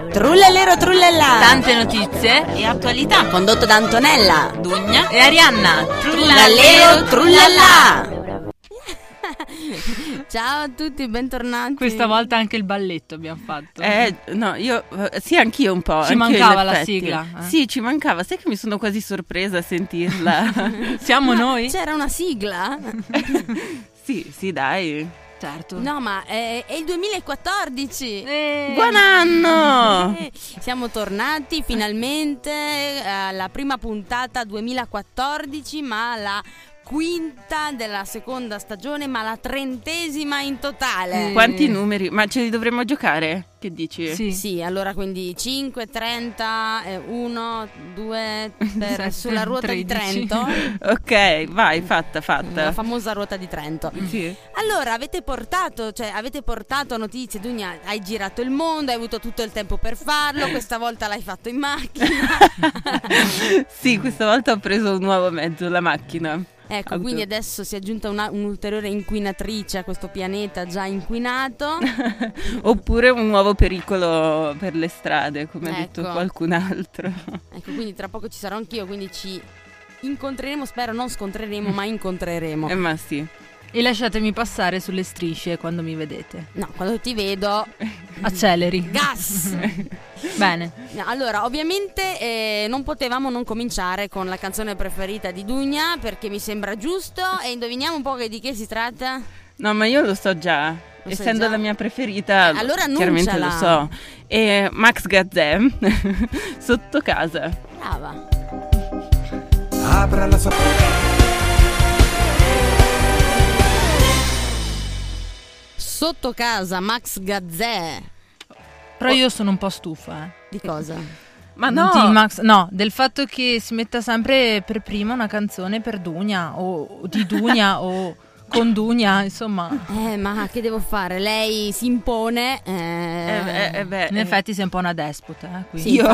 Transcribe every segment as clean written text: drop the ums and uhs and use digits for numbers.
Trullellero trullella. Tante notizie E attualità. Condotto da Antonella, Dugna e Arianna. Trullallero trullalla. Ciao a tutti, bentornati. Questa volta anche il balletto abbiamo fatto. No, sì, anch'io un po'. Ci mancava la sigla. Sì, ci mancava. Sai che mi sono quasi sorpresa a sentirla. Siamo noi? C'era una sigla? Sì, dai. Certo. No, ma è il 2014. Buon anno! Siamo tornati finalmente alla prima puntata 2014, ma la quinta della seconda stagione, ma la 30ª in totale. Quanti numeri? Ma ce li dovremmo giocare? Che dici? Sì, allora quindi 5, 30, 1, 2 per sulla ruota 13. di Trento. Ok, vai, fatta. La famosa ruota di Trento. Sì. Allora, avete portato notizie. Dugna, hai girato il mondo, hai avuto tutto il tempo per farlo. Questa volta l'hai fatto in macchina. Sì, questa volta ho preso un nuovo mezzo, la macchina. Ecco, quindi adesso si è aggiunta un'ulteriore inquinatrice a questo pianeta già inquinato. Oppure un nuovo pericolo per le strade, come ha detto qualcun altro. Ecco, quindi tra poco ci sarò anch'io, quindi ci incontreremo, spero non scontreremo, ma incontreremo. Ma sì. E lasciatemi passare sulle strisce quando mi vedete. No, quando ti vedo Acceleri. gas. Bene. No, allora, ovviamente non potevamo non cominciare con la canzone preferita di Dugna, perché mi sembra giusto. E indoviniamo un po' di che si tratta? No, ma io lo so già. Essendo la mia preferita, allora chiaramente lo so. E Max Gazzè, Sotto casa. Brava. Apra la sua... Sotto casa, Max Gazzè. Però io sono un po' stufa. Di cosa? Ma no! Di Max, no, del fatto che si metta sempre per prima una canzone per Dugna o di Dugna o con Dugna, insomma. Ma che devo fare? Lei si impone. In effetti sei un po' una despota. Sì, Io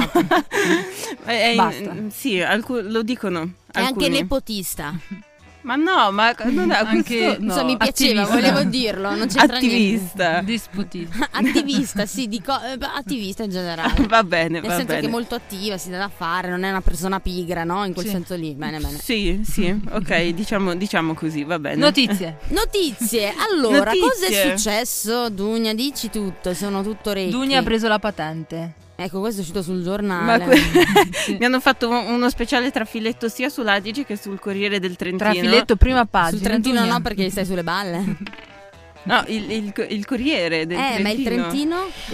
Basta. sì, lo dicono. È anche nepotista. Ma no, ma non è Anche questo, no. Insomma, mi piaceva, Attivista. volevo dirlo. Non c'entra Attivista. Disputista. Attivista, sì, attivista in generale. Va bene, Nel va senso bene. che è molto attiva, si dà da fare, non è una persona pigra, no? In quel Sì. senso lì. Bene. Sì, ok, diciamo così, va bene. Notizie. Notizie. Allora, cosa è Notizie. successo? Dugna, dici tutto, sono tutto orecchi. Dugna ha preso la patente. Ecco, questo è uscito sul Ma giornale. mi hanno fatto uno speciale trafiletto sia sull'Adige che sul Corriere del Trentino. Trafiletto, prima pagina. Sul Trentino Dugna. no, perché stai sulle balle. No, il Corriere del Trentino. Ma il Trentino?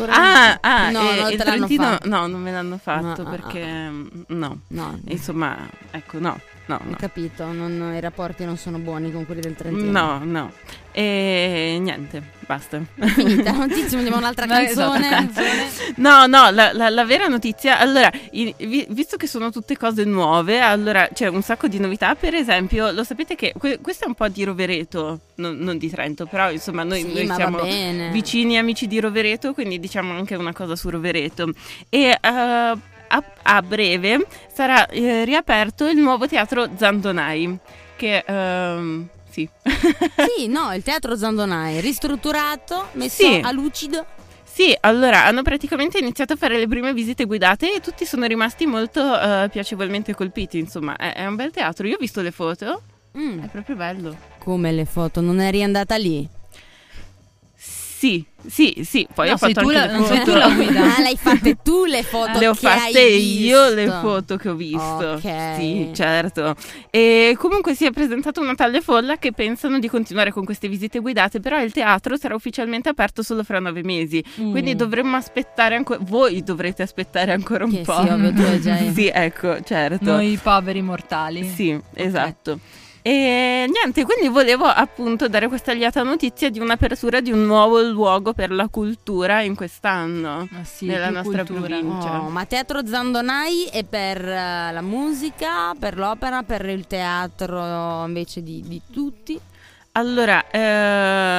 No, te il l'hanno Trentino fatto. no, non me l'hanno fatto No, perché no. No, Insomma, ecco, no. ho capito, i rapporti non sono buoni con quelli del Trentino. No. E niente, basta. Finita la notizia, andiamo a un'altra canzone. No, la vera notizia, allora, visto che sono tutte cose nuove, allora c'è un sacco di novità. Per esempio, lo sapete che questo è un po' di Rovereto, non di Trento, però insomma noi Ma siamo va bene. vicini amici di Rovereto, quindi diciamo anche una cosa su Rovereto. E a breve sarà riaperto il nuovo teatro Zandonai, che sì. Sì, no, il teatro Zandonai ristrutturato, messo Sì. a lucido. Sì, allora hanno praticamente iniziato a fare le prime visite guidate e tutti sono rimasti molto piacevolmente colpiti. Insomma, è un bel teatro. Io ho visto le foto, è proprio bello. Come le foto? Non eri andata lì? Sì. Poi No, ho fatto sei tu anche le non sei foto. tu la guida. Ah, le hai fatte tu le foto Le ho che fatte hai io visto. le foto che ho visto. Ok. Sì, certo. E comunque si è presentata una tale folla che pensano di continuare con queste visite guidate, però il teatro sarà ufficialmente aperto solo fra 9 mesi. Quindi dovremmo aspettare ancora. Voi dovrete aspettare ancora un Che po'. sì, ovvio, tu hai già... Sì, ecco, certo. Noi poveri mortali. Sì, esatto. E niente, quindi volevo appunto dare questa lieta notizia di un'apertura di un nuovo luogo per la cultura in quest'anno Ma sì, nella più nostra cultura. provincia. Oh, ma teatro Zandonai è per la musica, per l'opera, per il teatro invece di tutti? Allora,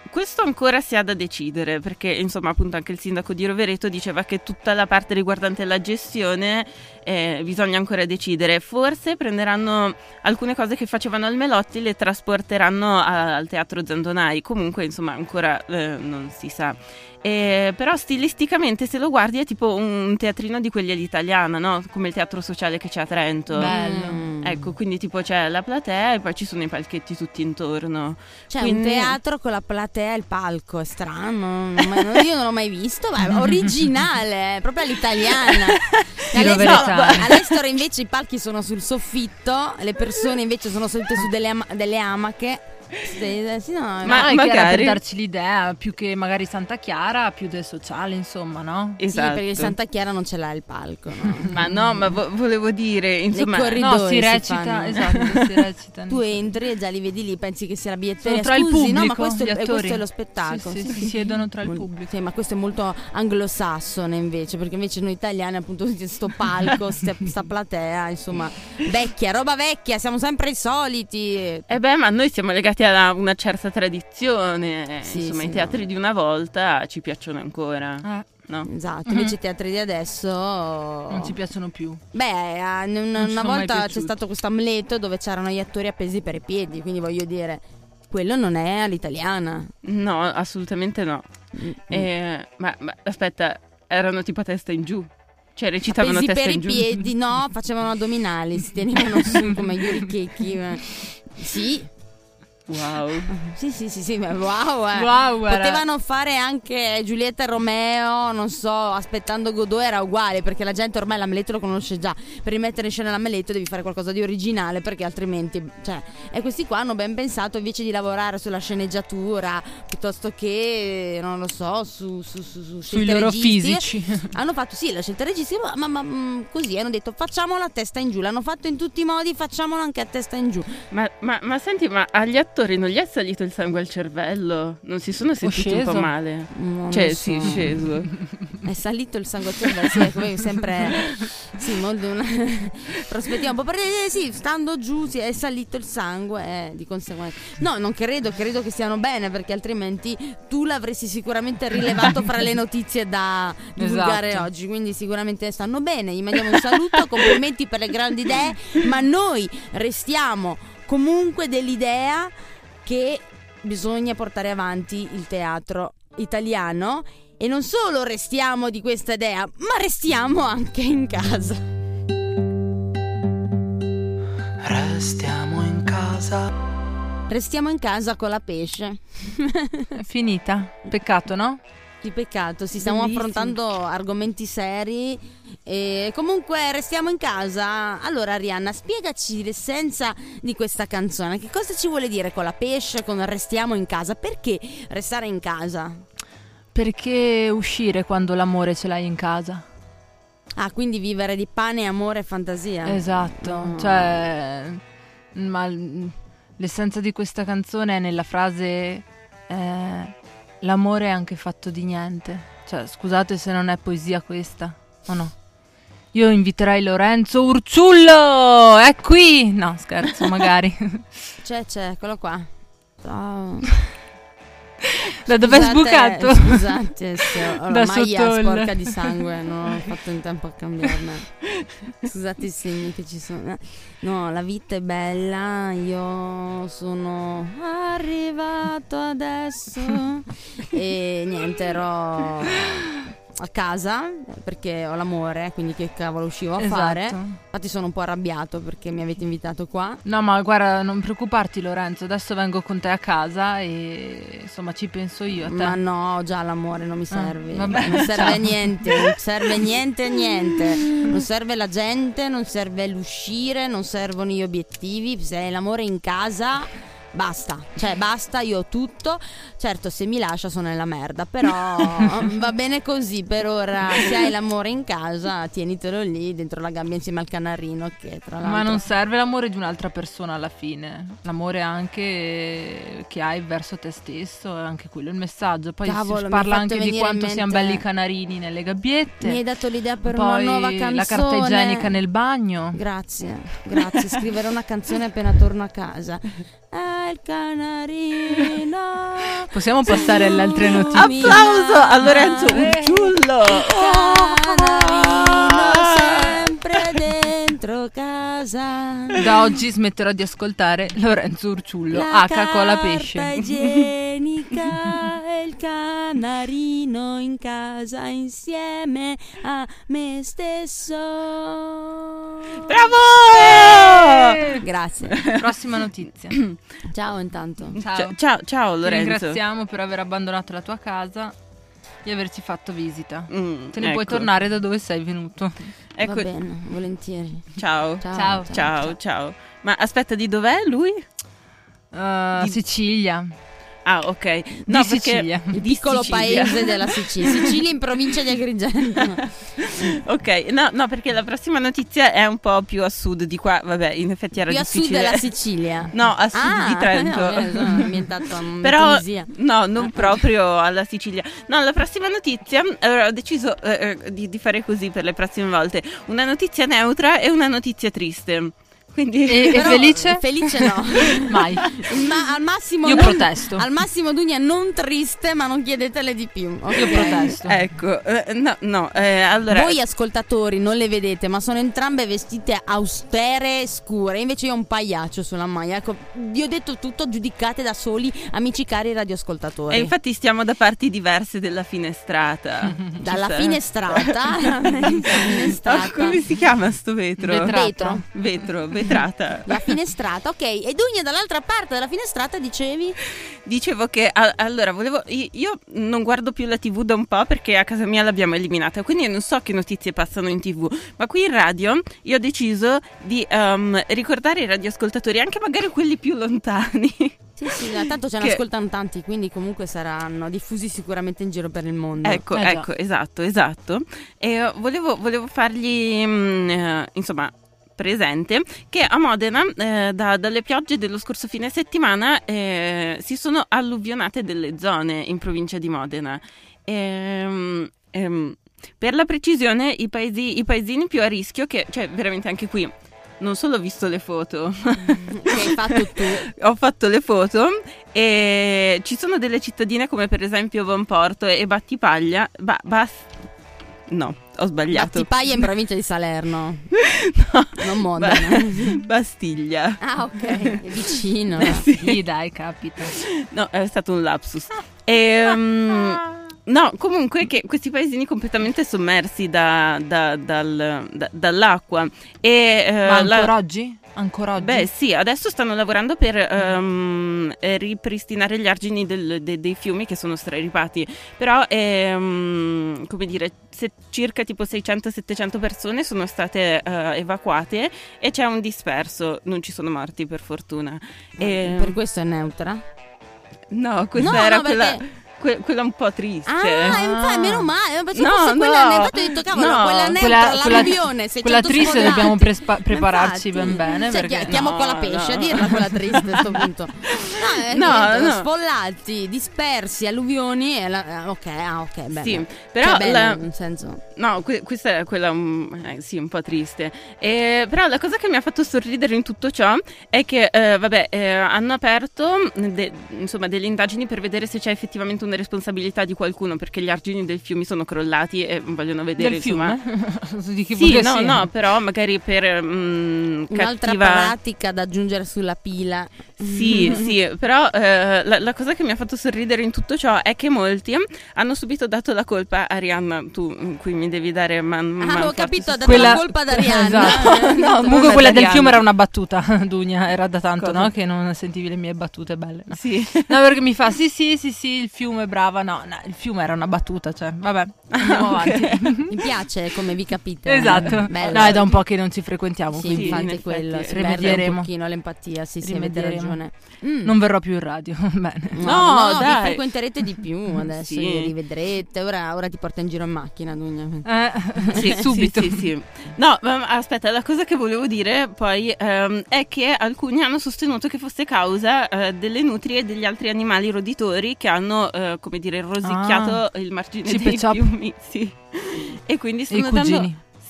questo ancora si ha da decidere, perché insomma appunto anche il sindaco di Rovereto diceva che tutta la parte riguardante la gestione bisogna ancora decidere. Forse prenderanno alcune cose che facevano al Melotti, le trasporteranno al Teatro Zandonai, comunque insomma ancora non si sa. Però stilisticamente, se lo guardi, è tipo un teatrino di quelli all'italiana, no? Come il teatro sociale che c'è a Trento. Bello. Ecco, quindi tipo c'è la platea e poi ci sono i palchetti tutti intorno. C'è Quindi- un teatro con la platea e il palco, è strano, io non l'ho mai visto, ma è originale, proprio all'italiana. All'estero invece i palchi sono sul soffitto, le persone invece sono sedute su delle amache. Sì, no, Ma Che era per magari- darci l'idea, più che magari Santa Chiara, più del sociale, insomma, no? sì, Esatto. perché Santa Chiara non ce l'ha il palco, no? Ma no, ma volevo dire, insomma, corridoi No, si si recita, fanno. esatto, si recita. Tu entri e già li vedi lì, pensi che sia la billetteria. Sono tra il Scusi, no, ma pubblico, questo gli è, attori. questo è lo spettacolo. Sì, si siedono tra il pubblico. Sì, ma questo è molto anglosassone invece, perché invece noi italiani appunto sto palco, sta platea, insomma, vecchia, roba vecchia, siamo sempre i soliti. ma noi siamo legati a una certa tradizione. Sì, Insomma, sì, i teatri no. di una volta ci piacciono ancora. No? Esatto, invece i teatri di adesso Non ci piacciono più. Beh, Non ci una sono mai volta c'è piaciuti. stato questo Amleto dove c'erano gli attori appesi per i piedi, quindi voglio dire, quello non è all'italiana. No, assolutamente no. Ma aspetta, erano tipo a testa in giù. Cioè recitavano a Appesi testa per in i giù. piedi, no, facevano addominali, si tenevano su come gli urichechi. Sì. Wow. Sì, ma wow, Wow, guarda. Potevano fare anche Giulietta e Romeo, non so, aspettando Godot era uguale, perché la gente ormai l'Amleto lo conosce già. Per rimettere in scena l'Amleto devi fare qualcosa di originale, perché altrimenti, cioè, e questi qua hanno ben pensato, invece di lavorare sulla sceneggiatura piuttosto che, non lo so, su Sui scelte loro registiche, fisici. hanno fatto sì la scelta registica, ma così hanno detto facciamolo a testa in giù, l'hanno fatto in tutti i modi, facciamolo anche a testa in giù. Ma senti, ma agli attori non gli è salito il sangue al cervello? Non si sono sentiti un sceso? po' male? Non Cioè, lo sì, so. sceso. È salito il sangue al cervello, sì, come sempre, sì, molto una prospettiva un po' sì, stando giù è salito il sangue, di conseguenza. No, non credo che stiano bene, perché altrimenti tu l'avresti sicuramente rilevato fra le notizie da divulgare Esatto. oggi, quindi sicuramente stanno bene. Gli mandiamo un saluto, complimenti per le grandi idee, ma noi restiamo comunque dell'idea che bisogna portare avanti il teatro italiano. E non solo restiamo di questa idea, ma restiamo anche in casa. Restiamo in casa. Restiamo in casa con la pesce. È finita. Peccato, no? Di peccato, stiamo Bellissimo. affrontando argomenti seri e comunque restiamo in casa. Allora Arianna, spiegaci l'essenza di questa canzone. Che cosa ci vuole dire con la pesce, con restiamo in casa? Perché restare in casa? Perché uscire quando l'amore ce l'hai in casa? Ah, quindi vivere di pane, amore e fantasia. Esatto. No. Cioè, ma l'essenza di questa canzone è nella frase l'amore è anche fatto di niente. Cioè, scusate se non è poesia questa, o no? Io inviterei Lorenzo Urciullo, è qui! No, scherzo, magari. C'è, eccolo qua. Ciao. Da dove hai sbucato? Scusate, ho Da la maglia sotto il- sporca di sangue, non ho fatto in tempo a cambiarla. Scusate i segni che ci sono. No, la vita è bella, io sono arrivato adesso e niente, ero a casa perché ho l'amore, quindi che cavolo uscivo a fare. Infatti sono un po' arrabbiato perché mi avete invitato qua. No, ma guarda, non preoccuparti Lorenzo, adesso vengo con te a casa e insomma ci penso io a te. Ma no, ho già l'amore, non mi serve. vabbè, Non serve ciao. niente, non serve niente. Non serve la gente, non serve l'uscire, non servono gli obiettivi. Se hai l'amore in casa, basta. Cioè, basta, io ho tutto. Certo, se mi lascia sono nella merda, però va bene così per ora. Se hai l'amore in casa, tienitelo lì dentro la gabbia insieme al canarino, che tra l'altro... Ma non serve l'amore di un'altra persona alla fine. L'amore anche che hai verso te stesso, è anche quello il messaggio. Poi Cavolo, si mi parla hai fatto anche di venire quanto in siano mente- belli i canarini nelle gabbiette. Mi hai dato l'idea per Poi una nuova canzone. la carta igienica nel bagno. Grazie, scriverò una canzone appena torno a casa. il canarino. Possiamo passare alle altre notizie? Applauso a Lorenzo Urciullo. Canarino sempre dentro casa. Da oggi smetterò di ascoltare Lorenzo Urciullo. H con la pesce. carta igienica e il canarino in casa insieme a me stesso. Bravo! Grazie. Prossima notizia. Ciao intanto. Ciao. Ciao Ti Lorenzo. ringraziamo per aver abbandonato la tua casa e averci fatto visita. Te ne ecco. puoi tornare da dove sei venuto. Ecco. Va bene, volentieri. Ciao. Ciao. Ma aspetta, di dov'è lui? Sicilia. Ah, ok. Di Sicilia. Il piccolo Sicilia. paese della Sicilia. Sicilia in provincia di Agrigento. Ok, no, perché la prossima notizia è un po' più a sud di qua. Vabbè, in effetti era Più a sud difficile. della Sicilia. No, a sud di Trento. No, sono ambientato in Però Tunisia. no, non proprio alla Sicilia. No, la prossima notizia, allora, ho deciso di fare così per le prossime volte. Una notizia neutra e una notizia triste. Quindi E Però felice? Felice no. Mai. Ma al massimo Io protesto. Al massimo Dunia non triste, ma non chiedetele di più. Ok? Io protesto. ecco, allora Voi ascoltatori non le vedete, ma sono entrambe vestite austere, scure. Invece io ho un pagliaccio sulla maglia. Ecco, vi ho detto tutto, giudicate da soli, amici cari radioascoltatori. e infatti stiamo da parti diverse della finestrata. Dalla Ci sta? finestrata. Oh, come si chiama sto vetro? Vetrata. Vetrata. La finestrata, ok. E Dunia dall'altra parte della finestrata dicevi? Dicevo che allora io non guardo più la TV da un po' perché a casa mia l'abbiamo eliminata, quindi non so che notizie passano in TV, ma qui in radio io ho deciso di ricordare i radioascoltatori, anche magari quelli più lontani. Sì, tanto ce ne ascoltano tanti, quindi comunque saranno diffusi sicuramente in giro per il mondo. Ecco, esatto. E volevo fargli insomma presente che a Modena dalle piogge dello scorso fine settimana si sono alluvionate delle zone in provincia di Modena. Per la precisione i paesini più a rischio, che cioè veramente anche qui non solo ho visto le foto Che hai fatto tu. ho fatto le foto e ci sono delle cittadine come per esempio Vanporto e Battipaglia no, ho sbagliato. Battipaglia in provincia di Salerno. No, Non Modena. Bastiglia. Ah, ok, è vicino. Sì, dai, capita. No, è stato un lapsus. No, comunque che questi paesini completamente sommersi dall'acqua. Ma ancora oggi? Ancora oggi? Beh sì, adesso stanno lavorando per ripristinare gli argini dei fiumi che sono straripati, però come dire, circa tipo 600-700 persone sono state evacuate e c'è un disperso, non ci sono morti per fortuna. Per questo è neutra. No, questa No, era no, quella... perché- Quella un po' triste. Infatti, meno male. Pensavo No, fosse quella no. infatti ho detto cavolo, No. quella neutra, l'alluvione, 600 quella triste sfollati. dobbiamo prepararci Infatti. ben bene, Cioè, perché chiamo no, qua la pesce a no. dirla quella triste a questo punto. No. Sfollati, dispersi, alluvioni e ok, beh. Sì, beh. però Cioè, bene, nel senso. No, questa è quella sì, un po' triste. Però la cosa che mi ha fatto sorridere in tutto ciò è che hanno aperto insomma delle indagini per vedere se c'è effettivamente una responsabilità di qualcuno, perché gli argini del fiume sono crollati e vogliono vedere del insomma. fiume? Di chi Sì, vuoi che no, sia. no, però magari per Un'altra cattiva... pratica da aggiungere sulla pila. Sì, però la cosa che mi ha fatto sorridere in tutto ciò è che molti hanno subito dato la colpa a Rihanna. Tu qui mi devi dare Ho capito, ha dato Quella- la colpa ad Arianna. Esatto. No, Comunque non quella è del Arianna. fiume era una battuta, Dunia, era da tanto, Cosa? no? Che non sentivi le mie battute belle. No, Sì. No, perché mi fa sì, il fiume, brava. No, il fiume era una battuta, cioè, vabbè, andiamo avanti. Mi piace come vi capite. Esatto. Bello. No, è da un po' che non ci frequentiamo, Sì, quindi in infatti è effetti, quello, si perde un rimedieremo. pochino l'empatia, sì, avete Rimedieremo. ragione. non verrò più in radio. Bene. No, vi dai. frequenterete di più adesso, Sì. li rivedrete, ora ti porta in giro in macchina, Dunia. Sì, subito. Sì. No, ma aspetta, la cosa che volevo dire poi è che alcuni hanno sostenuto che fosse causa delle nutrie e degli altri animali roditori che hanno, come dire, rosicchiato il margine Chip dei e Chop. fiumi. Sì. E quindi E i stanno cugini. dando...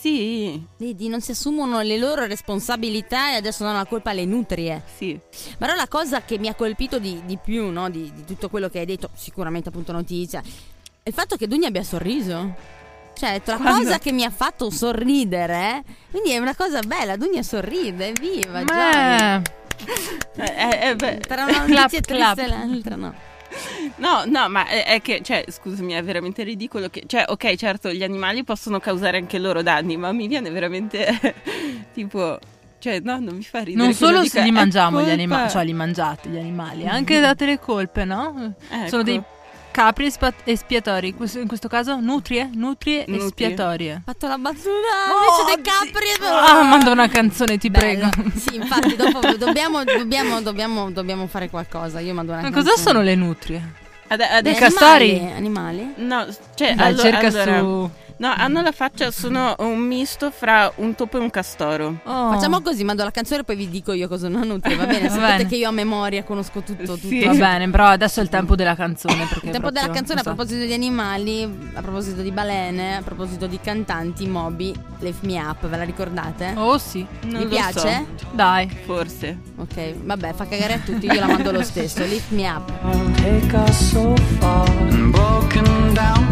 Sì, Vedi, non si assumono le loro responsabilità e adesso danno la colpa alle nutrie. sì. Però la cosa che mi ha colpito di più, no, di tutto quello che hai detto, sicuramente appunto notizia, è il fatto che Dugni abbia sorriso. Cioè, è la Quando? cosa che mi ha fatto sorridere, quindi è una cosa bella, Dugni sorride, evviva, Ma Beh, tra una Clap, notizia clap. triste e l'altra no. no, ma è che, cioè, scusami, è veramente ridicolo che, cioè, ok, certo, gli animali possono causare anche loro danni, ma mi viene veramente tipo, cioè, no, non mi fa ridere. non che lo solo dica, se li è mangiamo gli colpa- animali, cioè li mangiate gli animali, anche date le colpe, no? Ecco. Sono dei capri espiatori, in questo caso nutrie Nutrie. espiatorie. Ho fatto la battuta invece dei capri. Manda una canzone, ti Bello. prego. Sì, infatti dopo dobbiamo fare qualcosa. Io mando una Ma canzone. cosa sono le nutrie? Adesso, I castori? Animali? no, cioè, Dai, cerca allora, su. no, hanno la faccia, sono un misto fra un topo e un castoro. Oh. Facciamo così, mando la canzone e poi vi dico io cosa è una nutria, va bene? Va Sapete bene. che io a memoria conosco tutto. Sì. Va bene, però adesso è il tempo della canzone. Perché Il tempo della proprio, canzone a non so. proposito di animali, a proposito di balene, a proposito di cantanti, Moby, Lift Me Up, ve la ricordate? Oh sì, Non Vi lo piace? dai. so, forse. Ok, vabbè, fa cagare a tutti, io la mando lo stesso. Lift Me Up. Take us so far and broken down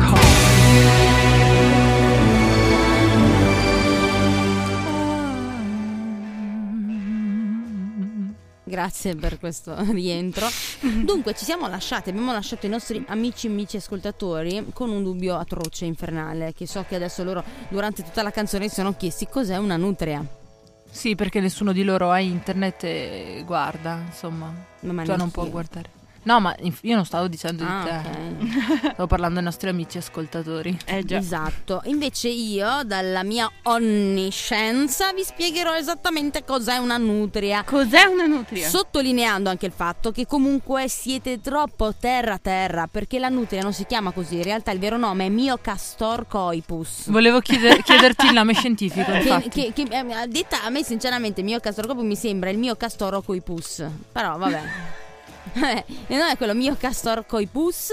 Grazie per questo rientro. Dunque, ci siamo lasciati, abbiamo lasciato i nostri amici ascoltatori con un dubbio atroce, infernale, che so che adesso loro durante tutta la canzone si sono chiesti cos'è una nutria. Sì, perché nessuno di loro ha internet e guarda, insomma. Ma Cioè neanche non può io. guardare. No, ma io non stavo dicendo Ah, di te. ok. Stavo parlando ai nostri amici ascoltatori. Già. Esatto. Invece io, dalla mia onniscienza, vi spiegherò esattamente cos'è una nutria. Cos'è una nutria? Sottolineando anche il fatto che comunque siete troppo terra, perché la nutria non si chiama così, in realtà il vero nome è Myocastor coipus. Volevo chiederti il nome scientifico, infatti. Che detta a me sinceramente Myocastor coipus mi sembra il mio castoro coipus, però vabbè. E non è quello mio castor coipus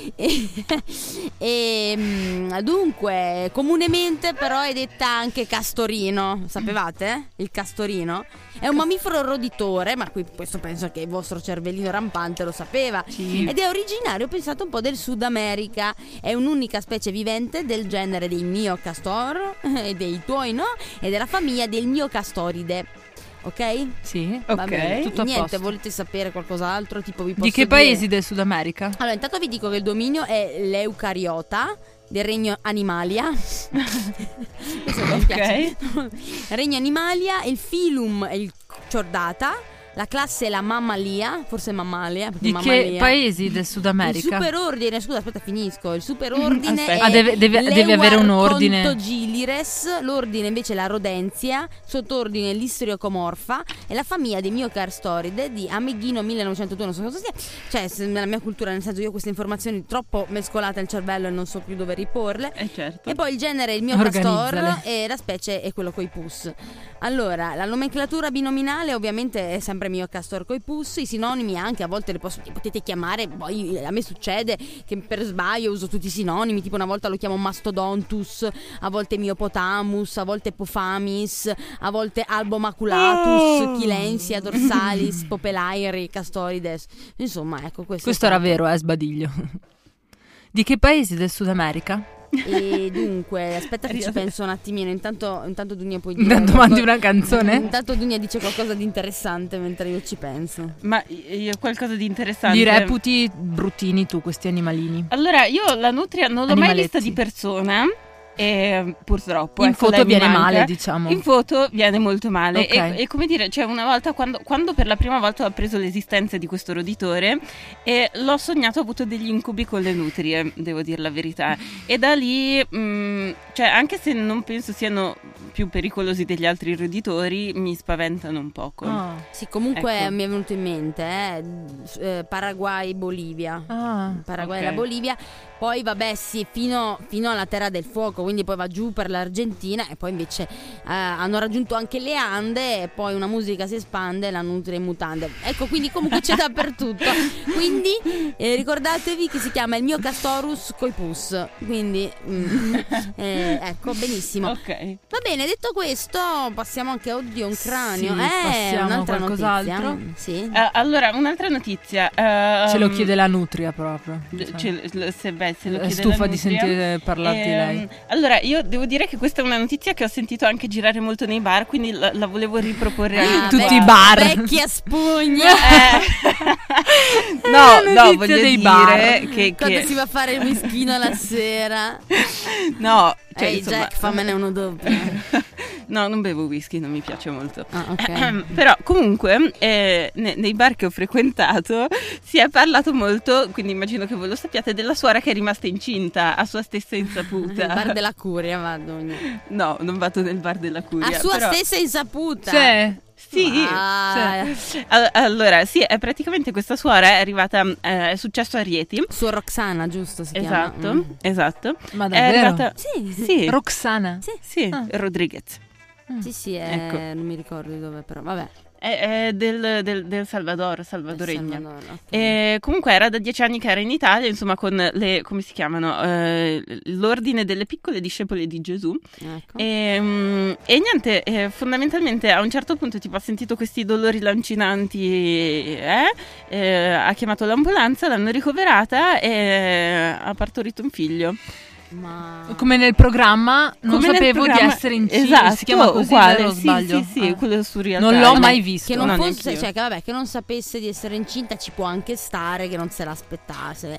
dunque comunemente però è detta anche castorino, sapevate? Il castorino è un mammifero roditore, ma qui questo penso che il vostro cervellino rampante lo sapeva. Sì. Ed è originario, pensate un po', del Sud America. È un'unica specie vivente del genere dei Myocastor e dei tuoi, no? E della famiglia del Myocastoride. Ok? Sì, Va bene. tutto a Niente, posto. volete sapere qualcos'altro? Tipo vi posso Di che dire- paesi del Sud America? Allora, intanto vi dico che il dominio è l'Eucariota del regno Animalia. Questo mi piace. Regno Animalia, il filum è il Chordata, la classe è la Mammalia, forse Mammalia, perché Di che Mammalia. paesi del Sud Il America? superordine, scusa, aspetta, finisco. Il superordine Aspetta. è Deve avere un ordine. Leuarcontogilires, l'ordine invece è la Rodentia, sottordine l'Istriocomorfa e la famiglia dei Myocastoride di Ameghino 1902, non so cosa sia. Cioè, nella mia cultura, nel senso io ho queste informazioni troppo mescolate al cervello e non so più dove riporle. Certo. E poi il genere è il Myocastor Organizzale. e la specie è quello coi pus. Allora, la nomenclatura binominale ovviamente è sempre Myocastor coi pus, i sinonimi anche a volte li potete chiamare, poi a me succede che per sbaglio uso tutti i sinonimi, tipo una volta lo chiamo Mastodontus, a volte Myopotamus, a volte Pofamis, a volte Albomaculatus, Chilensia dorsalis, Popelairi, Castorides. Insomma, ecco Questo era vero, sbadiglio. Di che paesi del Sud America? E dunque, aspetta che ci penso un attimino. Intanto Dunia puoi dire. Intanto mandi una canzone? Intanto Dunia dice qualcosa di interessante mentre io ci penso. Ma io qualcosa di interessante. Li reputi bruttini tu, questi animalini? Allora, io la nutria non l'ho mai Animaletti. vista di persona. E purtroppo In ecco, foto lei mi viene manca. male, diciamo. In foto viene molto male. Ok. E come dire, cioè una volta quando per la prima volta ho appreso l'esistenza di questo roditore e l'ho sognato, ho avuto degli incubi con le nutrie, devo dire la verità. E da lì, cioè anche se non penso siano più pericolosi degli altri roditori, mi spaventano un poco. Sì, comunque Ecco. mi è venuto in mente Paraguay, Bolivia. Ah. Paraguay e ok. la Bolivia. poi vabbè sì, fino alla Terra del Fuoco, quindi poi va giù per l'Argentina e poi invece hanno raggiunto anche le Ande e poi una musica si espande, la nutria in mutande. Ecco, quindi comunque c'è dappertutto. Quindi ricordatevi che si chiama il mio Castorus coi pus, quindi ecco, benissimo. Ok. Va bene, detto questo passiamo anche oddio un cranio. Sì, passiamo un'altra qualcos'altro. notizia. Sì. Allora, un'altra notizia. Ce lo chiede la nutria proprio. Se lo È chiede stufa la di nutria. sentire parlare di lei. Allora, io devo dire che questa è una notizia che ho sentito anche girare molto nei bar, quindi la volevo riproporre anche tutti qua. i bar. Vecchia spugna. No, notizia voglio dei dire bar. che Quando si va a fare il whisky la sera. no, cioè, Ehi insomma, Jack, fammene uno doppio. no, non bevo whisky, non mi piace molto. Ah, ok. Però comunque nei bar che ho frequentato si è parlato molto, quindi immagino che voi lo sappiate, della suora che è rimasta incinta a sua stessa insaputa. Il bar della Curia vado. No, non vado nel bar della Curia. A sua però... stessa insaputa. Cioè, Sì, Ah, allora sì, è praticamente questa suora è arrivata, è successo a Rieti. Su Roxana, giusto si Esatto, chiama? esatto. ma È davvero? arrivata... Sì, Sì, Roxana. sì, Ah. Rodriguez. sì, Ecco. non mi ricordo di dove, però vabbè. È del Salvador, salvadoregna. Salvador, ok. E comunque era da 10 anni che era in Italia, insomma, con le, come si chiamano? L'ordine delle piccole discepole di Gesù. Ecco. E niente, fondamentalmente a un certo punto tipo ha sentito questi dolori lancinanti, ha chiamato l'ambulanza, l'hanno ricoverata e ha partorito un figlio. Ma Come nel programma non Come nel sapevo programma- di essere incinta. Esatto, Si chiama così, uguale, vero o sì, sbaglio? sì, Ah. quello su Real Non Time. l'ho Vabbè, mai visto. che non No, fosse, neanch'io. cioè che vabbè, che non sapesse di essere incinta ci può anche stare, che non se l'aspettasse.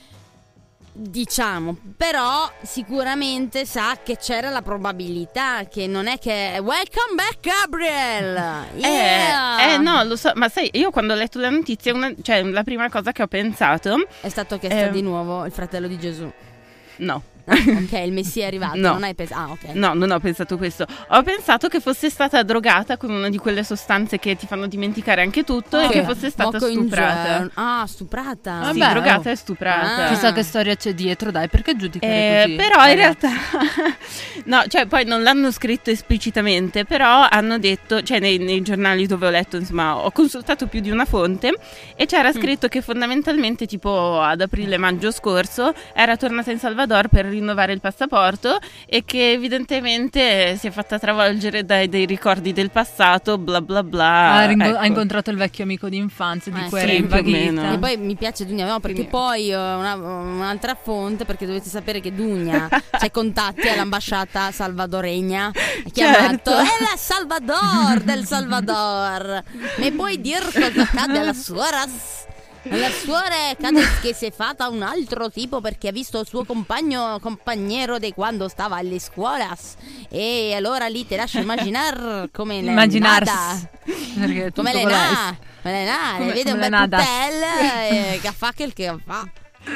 Diciamo, però sicuramente sa che c'era la probabilità, che non è che welcome back Gabriel. Yeah! No, lo so, ma sai, io quando ho letto la notizia, cioè la prima cosa che ho pensato, È stato chiesto di nuovo il fratello di Gesù. no. Ok, il Messia è arrivato, No. non hai pensato. Ah, ok. No, non ho pensato questo. Ho pensato che fosse stata drogata con una di quelle sostanze che ti fanno dimenticare anche tutto e Ok. che fosse stata Moco in stuprata. giorno. Ah, stuprata. Sì, Vabbè, drogata oh. e stuprata. Ah. Chissà che storia c'è dietro, dai, perché giudicare così? Però in ragazzi? realtà no, cioè poi non l'hanno scritto esplicitamente, però hanno detto, cioè nei giornali dove ho letto, insomma, ho consultato più di una fonte e c'era scritto che fondamentalmente tipo ad aprile-maggio scorso era tornata in Salvador per rinnovare il passaporto e che evidentemente si è fatta travolgere dei ricordi del passato, bla bla bla. Ecco. Ha incontrato il vecchio amico di infanzia di cui sì, era più o invaghita. meno. E poi mi piace Dugna, no, perché Quindi- poi un'altra fonte, perché dovete sapere che Dugna c'è contatti all'ambasciata salvadoregna, ha chiamato Certo. è la Salvador del Salvador. Mi puoi dire cosa accade alla suora? La suora cade che si è fatta un altro tipo perché ha visto il suo compagnero di quando stava alle scuolas e allora lì ti lascio immaginare come le Immaginarsi. nada. Perché è tutto Come le con la na, Come- vede un come bel le nadas. putel che fa quel che fa.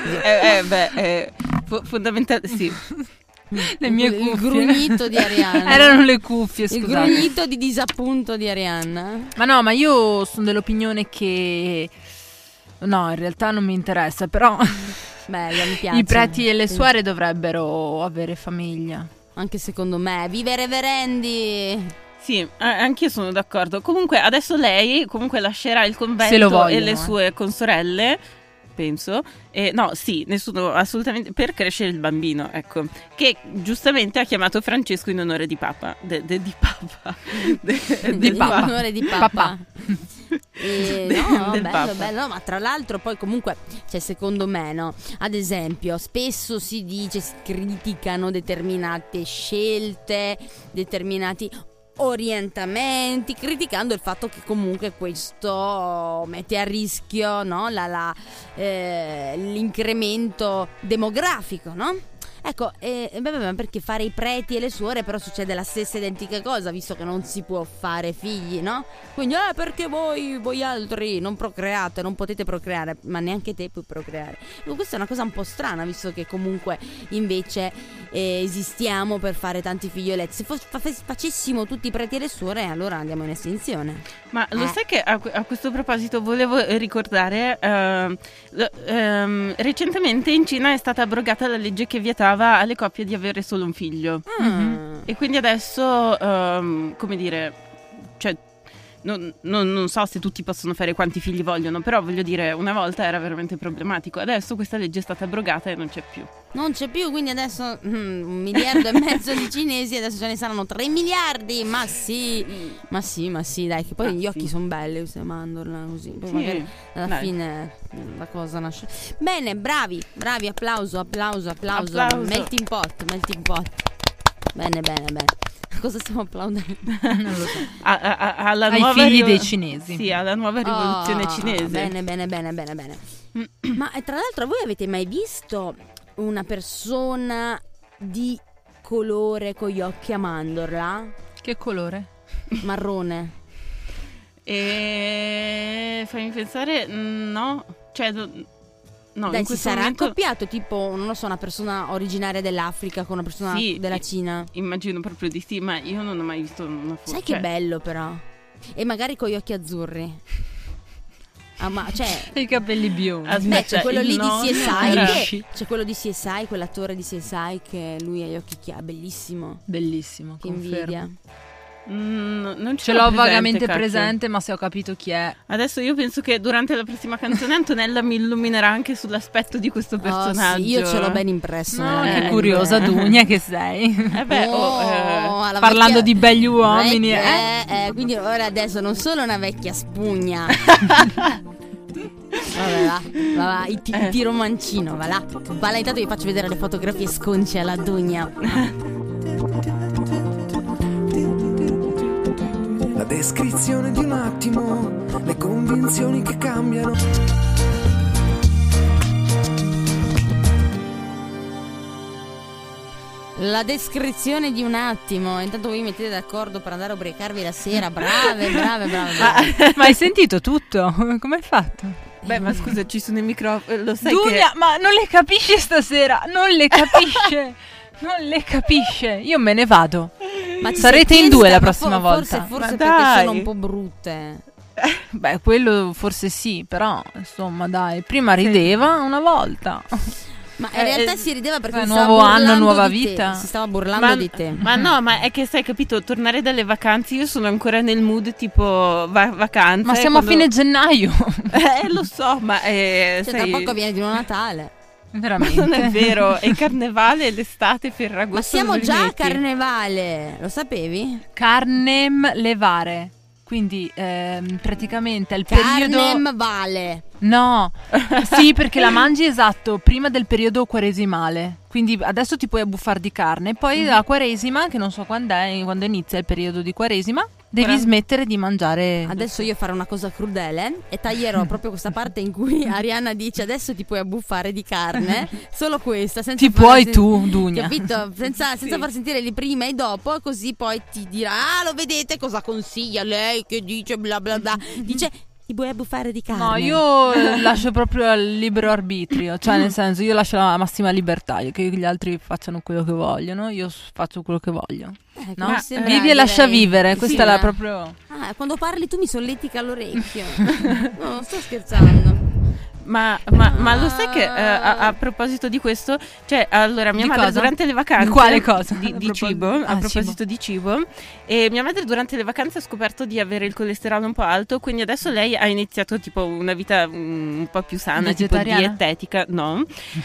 Fondamentalmente sì. Le mie il cuffie. grugnito di Arianna. Erano le cuffie, il scusate. grugnito di disappunto di Arianna. Ma no, ma io sono dell'opinione che... No, in realtà non mi interessa, però Bella, mi piace. i preti e le Sì. suore dovrebbero avere famiglia. Anche secondo me. Vive reverendi. Sì, anch'io sono d'accordo. Comunque adesso lei comunque lascerà il Se lo convento vogliono, e le sue consorelle, penso. No, sì, nessuno assolutamente per crescere il bambino, ecco. Che giustamente ha chiamato Francesco in onore di Papa. Di Papa. Di Papa. Onore di Papa. Papà. No, del bello, Papa. bello, no, ma tra l'altro poi comunque, cioè secondo me, no, ad esempio, spesso si dice, si criticano determinate scelte, determinati orientamenti, criticando il fatto che comunque questo mette a rischio, no, l'incremento demografico, no? Ecco, ma perché fare i preti e le suore però succede la stessa identica cosa, visto che non si può fare figli, no? Quindi perché voi altri non procreate, non potete procreare, ma neanche te puoi procreare. Questa è una cosa un po' strana, visto che comunque invece esistiamo per fare tanti figlioletti. Se facessimo tutti i preti e le suore, allora andiamo in estinzione. Ma lo sai che a questo proposito volevo ricordare, recentemente in Cina è stata abrogata la legge che vietava alle coppie di avere solo un figlio. E quindi adesso, come dire, cioè non so se tutti possono fare quanti figli vogliono, però voglio dire, una volta era veramente problematico. Adesso questa legge è stata abrogata e non c'è più. Non c'è più, quindi adesso 1,5 miliardi di cinesi, adesso ce ne saranno 3 miliardi. Ma sì, dai, che poi gli occhi sono belli, se mandorla così. Poi magari alla fine la cosa nasce. Bene, bravi, applauso. Melting pot. Bene. Cosa stiamo applaudendo? Non lo so. Ai figli dei cinesi. Sì, alla nuova rivoluzione cinese. Bene. Ma tra l'altro voi avete mai visto una persona di colore con gli occhi a mandorla? Che colore? Marrone. E fammi pensare, no, cioè no, dai, in si questo sarà momento accoppiato tipo, non lo so, una persona originaria dell'Africa con una persona della Cina. Immagino proprio di sì, ma io non ho mai visto una foto. Sai che bello però. E magari con gli occhi azzurri. Ma i capelli biondi. C'è quello lì di CSI C'è quello di CSI, quell'attore di CSI che lui ha gli occhi chiari, bellissimo, che invidia. Non ce l'ho vagamente presente, ma se ho capito chi è. Adesso io penso che durante la prossima canzone Antonella mi illuminerà anche sull'aspetto di questo personaggio. Sì, io ce l'ho ben impresso. Che curiosa Dunia che sei. Parlando di begli uomini. Quindi ora adesso non solo una vecchia spugna. Vabbè, va, il tiro mancino, va là. Intanto vi faccio vedere le fotografie sconce alla Dunia. La descrizione di un attimo, le convinzioni che cambiano. La descrizione di un attimo. Intanto voi mettete d'accordo per andare a ubriacarvi la sera. Brave. Ma hai sentito tutto? Come hai fatto? Beh, ma scusa, ci sono i microfoni. Lo sai Dunia, ma non le capisci stasera? Non le capisce. Io me ne vado. Ma sarete in due la prossima volta. Forse perché sono un po' brutte. Beh, quello forse sì, però insomma dai, prima rideva una volta. Ma in realtà si rideva perché nuovo anno, nuova vita. Si stava burlando di te. Ma no, ma è che sai, capito, tornare dalle vacanze, io sono ancora nel mood tipo vacanze. Ma siamo a fine gennaio. Lo so, ma tra poco viene di nuovo Natale. Veramente. Ma non è vero, è carnevale, l'estate, Ferragosto. Ma siamo già a carnevale, lo sapevi? Carnem levare. Quindi praticamente è il periodo. Carnem vale. No, sì, perché la mangi esatto prima del periodo quaresimale. Quindi adesso ti puoi abbuffare di carne. Poi la quaresima, che non so quando inizia il periodo di quaresima, devi smettere di mangiare. Adesso io farò una cosa crudele e taglierò proprio questa parte in cui Arianna dice adesso ti puoi abbuffare di carne. Solo questa, senza ti puoi tu, Dunia. Capito? Senza far sentire il prima e dopo, così poi ti dirà lo vedete cosa consiglia lei che dice bla bla bla. Dice ti vuoi abbuffare di carne? No, io lascio proprio al libero arbitrio. Cioè nel senso, io lascio la massima libertà, che gli altri facciano quello che vogliono. Io faccio quello che voglio. No? Vivi e lascia vivere. Questa è la proprio. Quando parli tu mi solletica all'orecchio. No, non sto scherzando. Ma lo sai che a proposito di questo, cioè allora mia madre durante le vacanze di quale cosa? Di cibo, a proposito di cibo, e mia madre durante le vacanze ha scoperto di avere il colesterolo un po' alto, quindi adesso lei ha iniziato tipo una vita un po' più sana, tipo dietetica, no?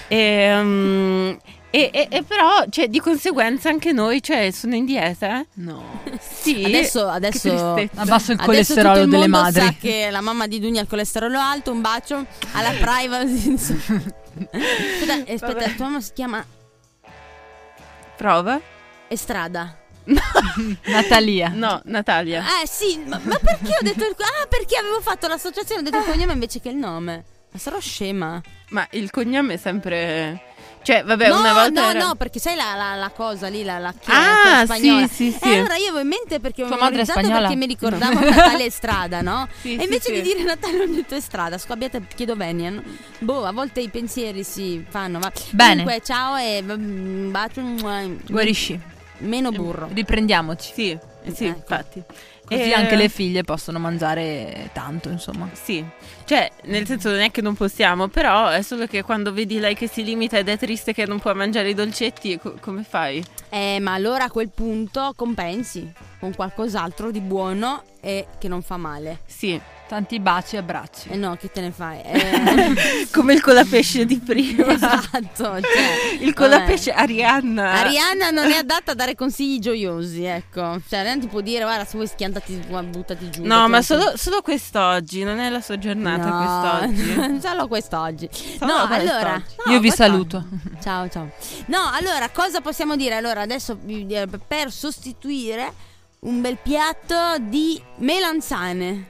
E però, cioè, di conseguenza anche noi, cioè, sono in dieta? No. Sì. Adesso abbasso il colesterolo delle madri. Sa che la mamma di Dunia ha il colesterolo alto. Un bacio alla privacy. Aspetta, tua mamma si chiama Prova? Estrada. Natalia. No, Natalia. Sì, ma perché ho detto perché avevo fatto l'associazione, ho detto il cognome invece che il nome. Sarò scema. Ma il cognome è sempre... Cioè, vabbè, una volta era... No, perché sai la cosa lì, la chiave spagnola. Sì. Allora io avevo in mente perché Tua madre è spagnola? perché mi ricordavo Natale e strada, no? Sì, e invece sì. di dire Natale ho detto strada, scoppiate, chiedo venia. Boh, a volte i pensieri si fanno. Ma Bene. Comunque, ciao e un bacio. Guarisci. Meno burro. Riprendiamoci. Sì, Ecco. infatti. Così anche le figlie possono mangiare tanto, insomma. Sì, cioè nel senso non è che non possiamo, però è solo che quando vedi lei che si limita ed è triste che non può mangiare i dolcetti, come fai? Ma allora a quel punto compensi con qualcos'altro di buono e che non fa male. Sì, Tanti baci e abbracci. No, che te ne fai? come il colapesce di prima. Esatto, cioè, Il colapesce Arianna. Arianna non è adatta a dare consigli gioiosi, ecco. Cioè, Arianna ti può dire, guarda, se vuoi schiantati, buttati giù. No, ma buttati- solo quest'oggi, non è la sua giornata No, quest'oggi. solo quest'oggi. Solo No, quest'oggi. allora. Io vi quest'oggi. saluto. Ciao. No, allora, cosa possiamo dire? Allora, adesso per sostituire un bel piatto di melanzane.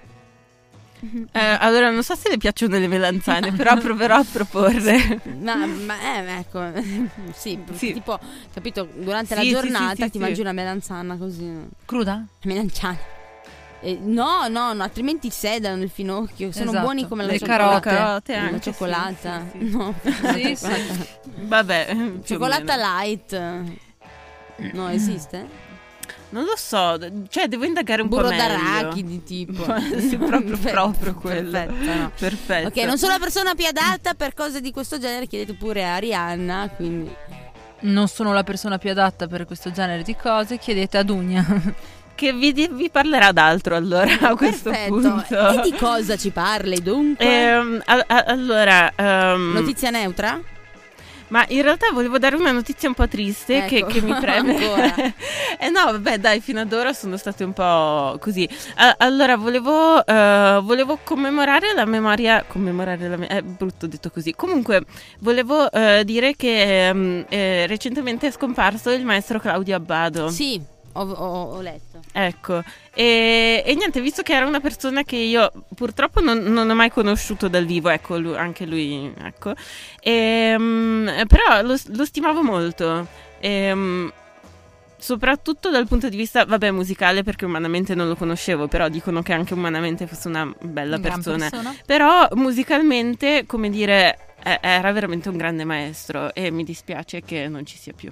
Allora, non so se le piacciono le melanzane, però proverò a proporre. Ma ecco, sì, Sì. tipo, capito, durante la Sì, sì, giornata sì, ti sì. mangi una melanzana così. Cruda? Melanciana. No, altrimenti sedano nel finocchio. Sono Esatto. buoni come la Le cioccolata. carote La anche, cioccolata. sì, sì, sì. No, Sì, sì. Vabbè, più o cioccolata meno. light. No, esiste? Non lo so, cioè devo indagare un Burro po' meglio. d'arachidi tipo. Sì, proprio quello. Perfetto, no. Perfetto. Ok, non sono la persona più adatta per cose di questo genere, chiedete pure a Arianna, quindi Non sono la persona più adatta per questo genere di cose, chiedete ad Unia. Che vi parlerà d'altro allora a questo perfetto. punto. E di cosa ci parli dunque? Allora, Notizia neutra? ma in realtà volevo dare una notizia un po' triste Ecco, che mi preme. ancora. No, vabbè, dai, fino ad ora sono state un po' così. Allora, volevo commemorare la memoria. È brutto detto così. Comunque, volevo dire che recentemente è scomparso il maestro Claudio Abbado. Sì, ho letto. Ecco, e niente, visto che era una persona che io purtroppo non ho mai conosciuto dal vivo, ecco, anche lui, ecco, però lo stimavo molto, soprattutto dal punto di vista, vabbè, musicale, perché umanamente non lo conoscevo, però dicono che anche umanamente fosse una bella persona. Però musicalmente, come dire, era veramente un grande maestro e mi dispiace che non ci sia più.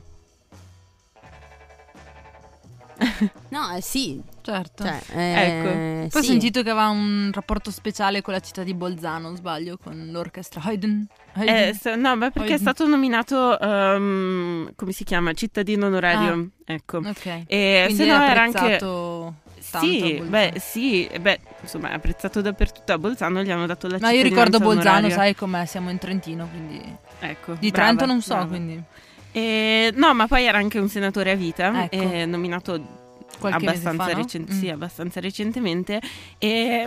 No, sì, Certo. cioè, Ecco. Poi ho sì. sentito che aveva un rapporto speciale con la città di Bolzano, non sbaglio, con l'orchestra Haydn. No, ma perché è stato nominato, come si chiama? Cittadino onorario, ecco. Ok. E Quindi se no è era anche... apprezzato tanto a Sì, Bolzano. insomma è apprezzato dappertutto. A Bolzano gli hanno dato la Ma cittadinanza io ricordo Bolzano, onoraria. sai com'è, siamo in Trentino, quindi Ecco, di brava, Trento non so, brava. quindi No, ma poi era anche un senatore a vita, Ecco. nominato qualche mese fa, no? sì, abbastanza recentemente. E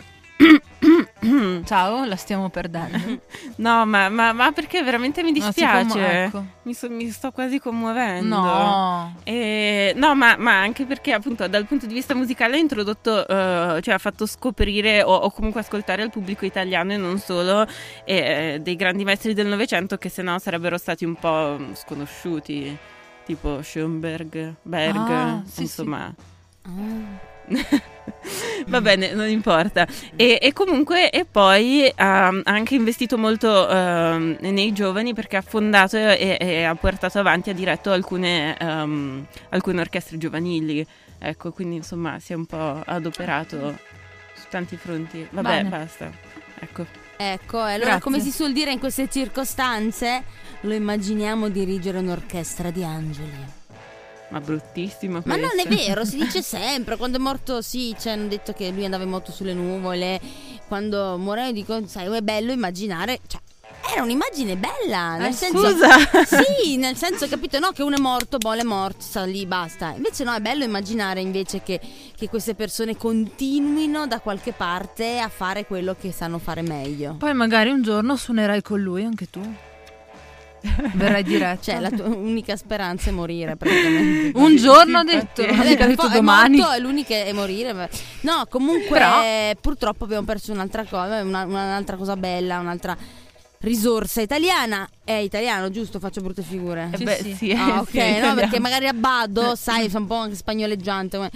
Ciao, la stiamo perdendo. no, ma perché veramente mi No, si dispiace. ecco. Mi sto quasi commuovendo. No. No, ma anche perché appunto dal punto di vista musicale ha introdotto, cioè ha fatto scoprire o comunque ascoltare al pubblico italiano e non solo dei grandi maestri del Novecento che sennò sarebbero stati un po' sconosciuti, tipo Schoenberg, Berg, Ah, sì, insomma. Ah. Va bene, non importa. E comunque, e poi ha anche investito molto nei giovani perché ha fondato e ha portato avanti, ha diretto alcune orchestre giovanili. Ecco, quindi insomma si è un po' adoperato su tanti fronti. Vabbè, Bene. basta. Ecco. Ecco, allora Grazie. come si suol dire in queste circostanze, lo immaginiamo dirigere un'orchestra di angeli. Ma bruttissimo Ma non è questo. vero, si dice sempre. Quando è morto, sì, ci hanno detto che lui andava in moto sulle nuvole. Quando muore, dico, sai, è bello immaginare. Cioè, era un'immagine bella. Nel senso, Scusa. sì, nel senso, capito? No, che uno è morto, boh, è morto, sta lì, basta. Invece, no, è bello immaginare invece che queste persone continuino da qualche parte a fare quello che sanno fare meglio. Poi magari un giorno suonerai con lui anche tu. Verrai diretta. Cioè, la tua unica speranza è morire, praticamente. Un giorno ha Sì, detto, infatti. non mica ha detto È domani. morto, è l'unica è morire. No, comunque Però- purtroppo abbiamo perso un'altra cosa, un'altra cosa bella, un'altra. risorsa italiana. È italiano, giusto? Faccio brutte figure. Sì. Ok, sì, no, italiano. perché magari abbado, sai, sono un po' anche spagnoleggiante.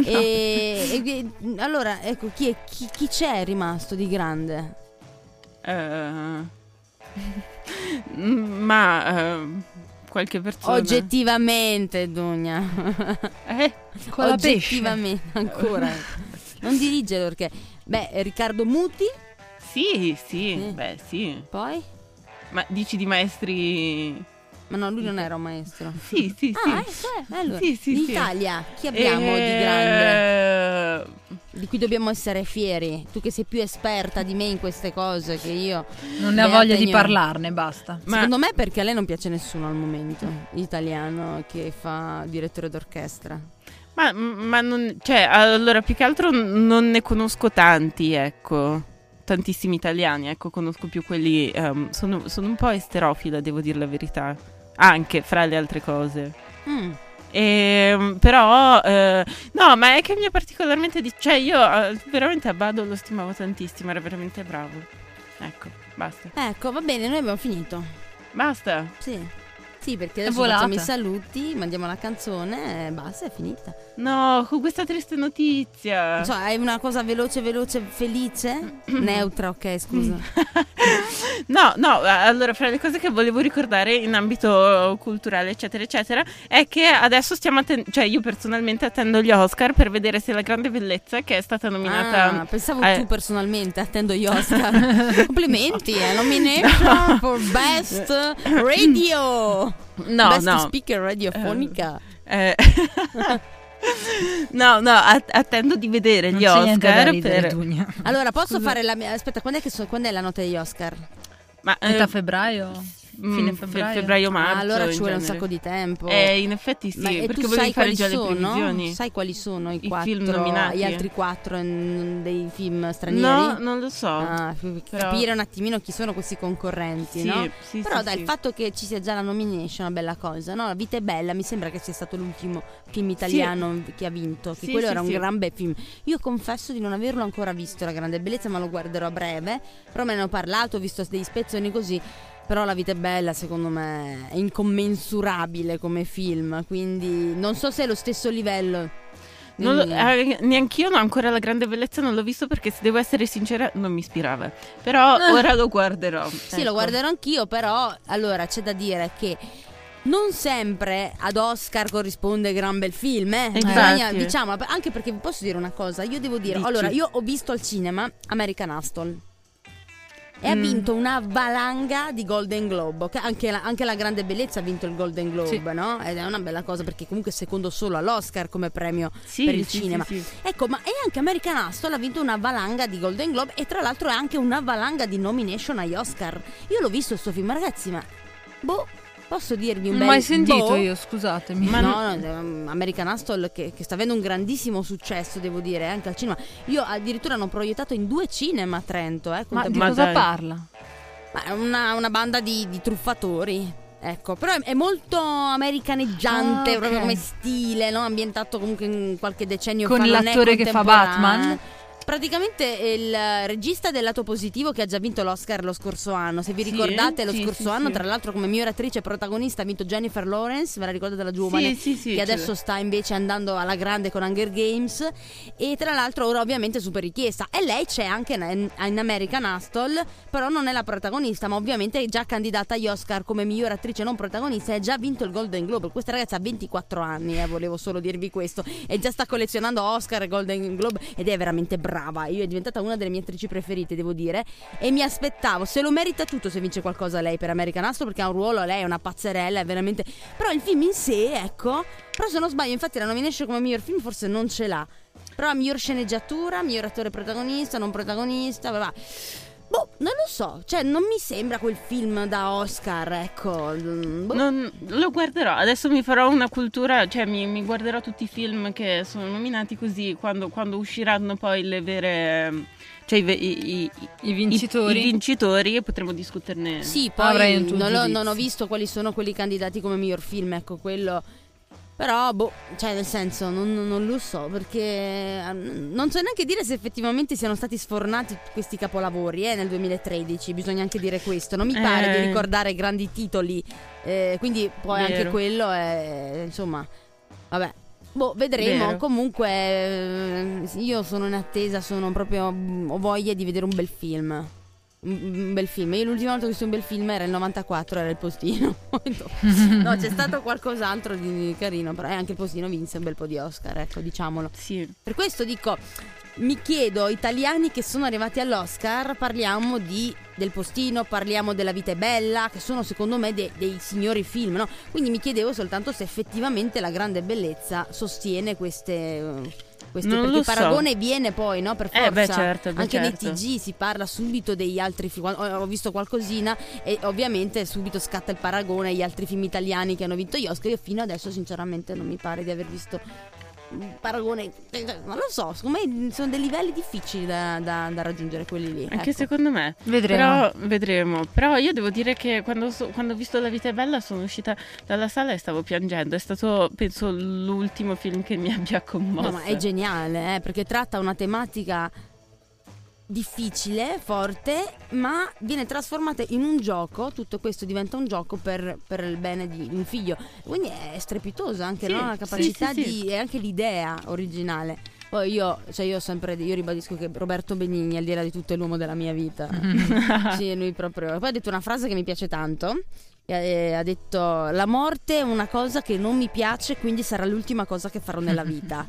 Allora, ecco, chi c'è rimasto di grande? Qualche persona. Oggettivamente, Dunia. Con la pesce. Oggettivamente, ancora. Non dirigere perché. Beh, Riccardo Muti. Sì. Beh, sì. Poi? Ma dici di maestri? Ma no, lui non era un maestro. Sì. Allora, Sì. in Italia chi abbiamo di grande? Di cui dobbiamo essere fieri? Tu che sei più esperta di me in queste cose che io. Non ne ha voglia di parlarne, basta. Secondo me perché a lei non piace nessuno al momento italiano che fa direttore d'orchestra. Ma non, cioè, allora più che altro non ne conosco tanti, ecco. Tantissimi italiani, ecco, conosco più quelli. Sono un po' esterofila, devo dire la verità. Anche fra le altre cose. Però no, ma è che mi è particolarmente cioè io veramente Abbado lo stimavo tantissimo, era veramente bravo. Ecco, basta. Ecco, va bene, noi abbiamo finito. Basta? Sì, perché adesso facciamo i saluti, mandiamo la canzone e basta, è finita. No, con questa triste notizia. Non so, hai una cosa veloce, felice? Neutra, ok, scusa. No, allora fra le cose che volevo ricordare in ambito culturale eccetera eccetera è che adesso stiamo cioè io personalmente attendo gli Oscar per vedere se La Grande Bellezza, che è stata nominata pensavo tu personalmente attendo gli Oscar. Complimenti, nomination for Best Radio. Best Speaker radiofonica. No, attendo di vedere gli Oscar Allora posso fare la mia. Aspetta, quando è la nota degli Oscar? Metà febbraio? Fine febbraio-marzo. Allora ci vuole un sacco di tempo. In effetti sì. Perché tu volevi sai fare quali già sono? le previsioni? Sai quali sono i film nominati? Gli altri 4 dei film stranieri? No, non lo so. Capire un attimino chi sono questi concorrenti, no? Sì, però sì, il fatto che ci sia già la nomination è una bella cosa, no? La vita è bella, mi sembra che sia stato l'ultimo film italiano che ha vinto, che quello era un gran bel film. Io confesso di non averlo ancora visto, La Grande Bellezza, ma lo guarderò a breve. Però me ne ho parlato, ho visto dei spezzoni così. Però La vita è bella, secondo me, è incommensurabile come film, quindi non so se è lo stesso livello. Neanch'io ancora La Grande Bellezza non l'ho visto perché, se devo essere sincera, non mi ispirava. Però ora lo guarderò. Sì, lo guarderò anch'io, però allora c'è da dire che non sempre ad Oscar corrisponde gran bel film, diciamo, anche perché vi posso dire una cosa, io devo dire, allora io ho visto al cinema American Hustle. E ha vinto una valanga di Golden Globe. Anche la Grande Bellezza ha vinto il Golden Globe, no? Ed è una bella cosa perché comunque è secondo solo all'Oscar come premio per il cinema. Sì. Ecco, ma e anche American Hustle ha vinto una valanga di Golden Globe e tra l'altro è anche una valanga di nomination agli Oscar. Io l'ho visto sto film, ragazzi, ma posso dirvi un bel... Non ho mai sentito io, scusatemi. No, American Hustle che sta avendo un grandissimo successo, devo dire, anche al cinema. Io addirittura hanno proiettato in 2 cinema a Trento. Ma di cosa parla? Ma è una banda di truffatori. Ecco, però è molto americaneggiante, proprio come stile, no? Ambientato comunque in qualche decennio fa. Con l'attore che fa Batman. Praticamente il regista del Lato Positivo, che ha già vinto l'Oscar lo scorso anno. Se vi ricordate, lo scorso anno, tra l'altro, come miglior attrice protagonista ha vinto Jennifer Lawrence, ve la ricordate, la giovane, che adesso sta invece andando alla grande con Hunger Games. E tra l'altro ora ovviamente super richiesta. E lei c'è anche in American Hustle, però non è la protagonista, ma ovviamente è già candidata agli Oscar come miglior attrice non protagonista e ha già vinto il Golden Globe. Questa ragazza ha 24 anni, volevo solo dirvi questo, e già sta collezionando Oscar e Golden Globe ed è veramente brava. Io è diventata una delle mie attrici preferite, devo dire, e mi aspettavo, se lo merita tutto se vince qualcosa lei per American Hustle, perché ha un ruolo, lei è una pazzerella, è veramente, però il film in sé, ecco, però se non sbaglio infatti la nomination come miglior film forse non ce l'ha, però miglior sceneggiatura, miglior attore protagonista, non protagonista, non lo so, cioè non mi sembra quel film da Oscar, ecco. Non, lo guarderò, adesso mi farò una cultura, cioè mi guarderò tutti i film che sono nominati, così quando usciranno poi le vere, cioè i vincitori. I vincitori, potremo discuterne. Sì, poi non ho visto quali sono quelli candidati come miglior film, ecco, quello Però, cioè nel senso, non lo so, perché non so neanche dire se effettivamente siano stati sfornati questi capolavori nel 2013, bisogna anche dire questo. Non mi pare di ricordare grandi titoli, quindi poi Vero. anche quello è, insomma, vabbè. Vedremo. Vero. Comunque io sono in attesa, ho voglia di vedere un bel film. Un bel film. Io l'ultima volta che ho visto un bel film era il 94, era Il Postino. No, c'è stato qualcos'altro di carino, però anche Il Postino vinse un bel po' di Oscar, ecco, diciamolo. Sì. Per questo dico, mi chiedo, italiani che sono arrivati all'Oscar, parliamo del Postino, parliamo della Vita è bella, che sono secondo me dei signori film, no? Quindi mi chiedevo soltanto se effettivamente La grande bellezza sostiene queste Non perché lo il so. paragone viene poi, no? Per forza. Certo, anche certo. nei TG si parla subito degli altri film. Ho visto qualcosina e ovviamente subito scatta il paragone agli altri film italiani che hanno vinto gli Oscar. Io fino adesso sinceramente non mi pare di aver visto un paragone, non lo so, secondo me sono dei livelli difficili da raggiungere quelli lì. Anche ecco. secondo me. Vedremo. Però io devo dire che quando ho visto La vita è bella sono uscita dalla sala e stavo piangendo. È stato, penso, l'ultimo film che mi abbia commosso. No, ma è geniale, perché tratta una tematica difficile, forte, ma viene trasformata in un gioco. Tutto questo diventa un gioco per il bene di un figlio. Quindi è strepitosa anche, Sì, no? La capacità sì. e anche l'idea originale. Poi io ribadisco che Roberto Benigni, al di là di tutto, è l'uomo della mia vita. Sì, lui proprio. Poi ha detto una frase che mi piace tanto. Ha detto: la morte è una cosa che non mi piace, quindi sarà l'ultima cosa che farò nella vita.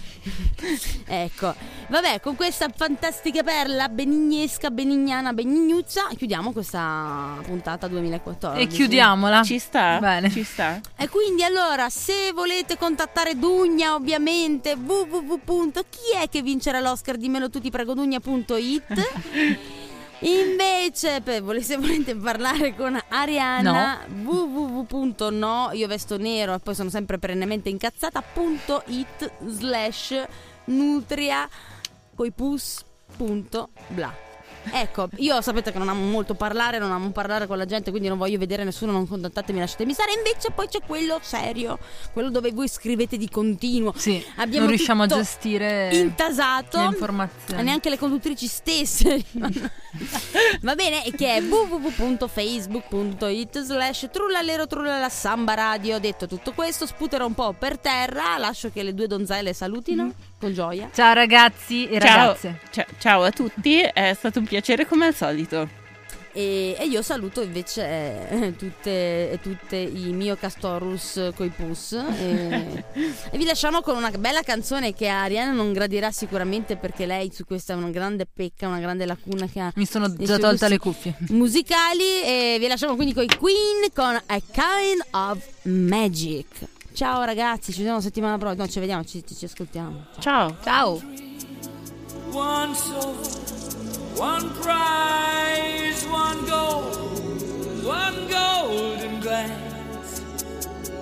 Ecco, vabbè, con questa fantastica perla benignesca, benignana, benignuzza chiudiamo questa puntata 2014 E chiudiamola. Ci sta? Bene. Ci sta? E quindi allora, se volete contattare Dugna, ovviamente chi è che vincerà l'Oscar, dimmelo tu, ti prego, Dugna.it. Invece, se volete parlare con Arianna, www.no, io vesto nero e poi sono sempre perennemente incazzata.it/nutria coipus.bla. Ecco, io sapete che non amo molto parlare, non amo parlare con la gente, quindi non voglio vedere nessuno, non contattatemi, lasciatemi stare. Invece poi c'è quello serio, quello dove voi scrivete di continuo. Sì, Abbiamo non riusciamo a tutto gestire intasato, le informazioni. neanche le conduttrici stesse. Va bene, e che è www.facebook.it/trullalero trullala samba radio. Detto tutto questo, sputerò un po' per terra, lascio che le due donzelle salutino con gioia. Ciao ragazzi e ragazze. Ciao a tutti, è stato un piacere come al solito. E io saluto invece tutte i mio Castorus coipus e vi lasciamo con una bella canzone che Ariana non gradirà sicuramente, perché lei su questa è una grande pecca, una grande lacuna che ha. Mi sono nei già suoi tolta gusti le cuffie. musicali, e vi lasciamo quindi con i Queen con A Kind of Magic. Ciao ragazzi, ci vediamo la settimana prossima. No, ci vediamo, ci ascoltiamo. Ciao. Ciao. One soul, one prize, one goal, one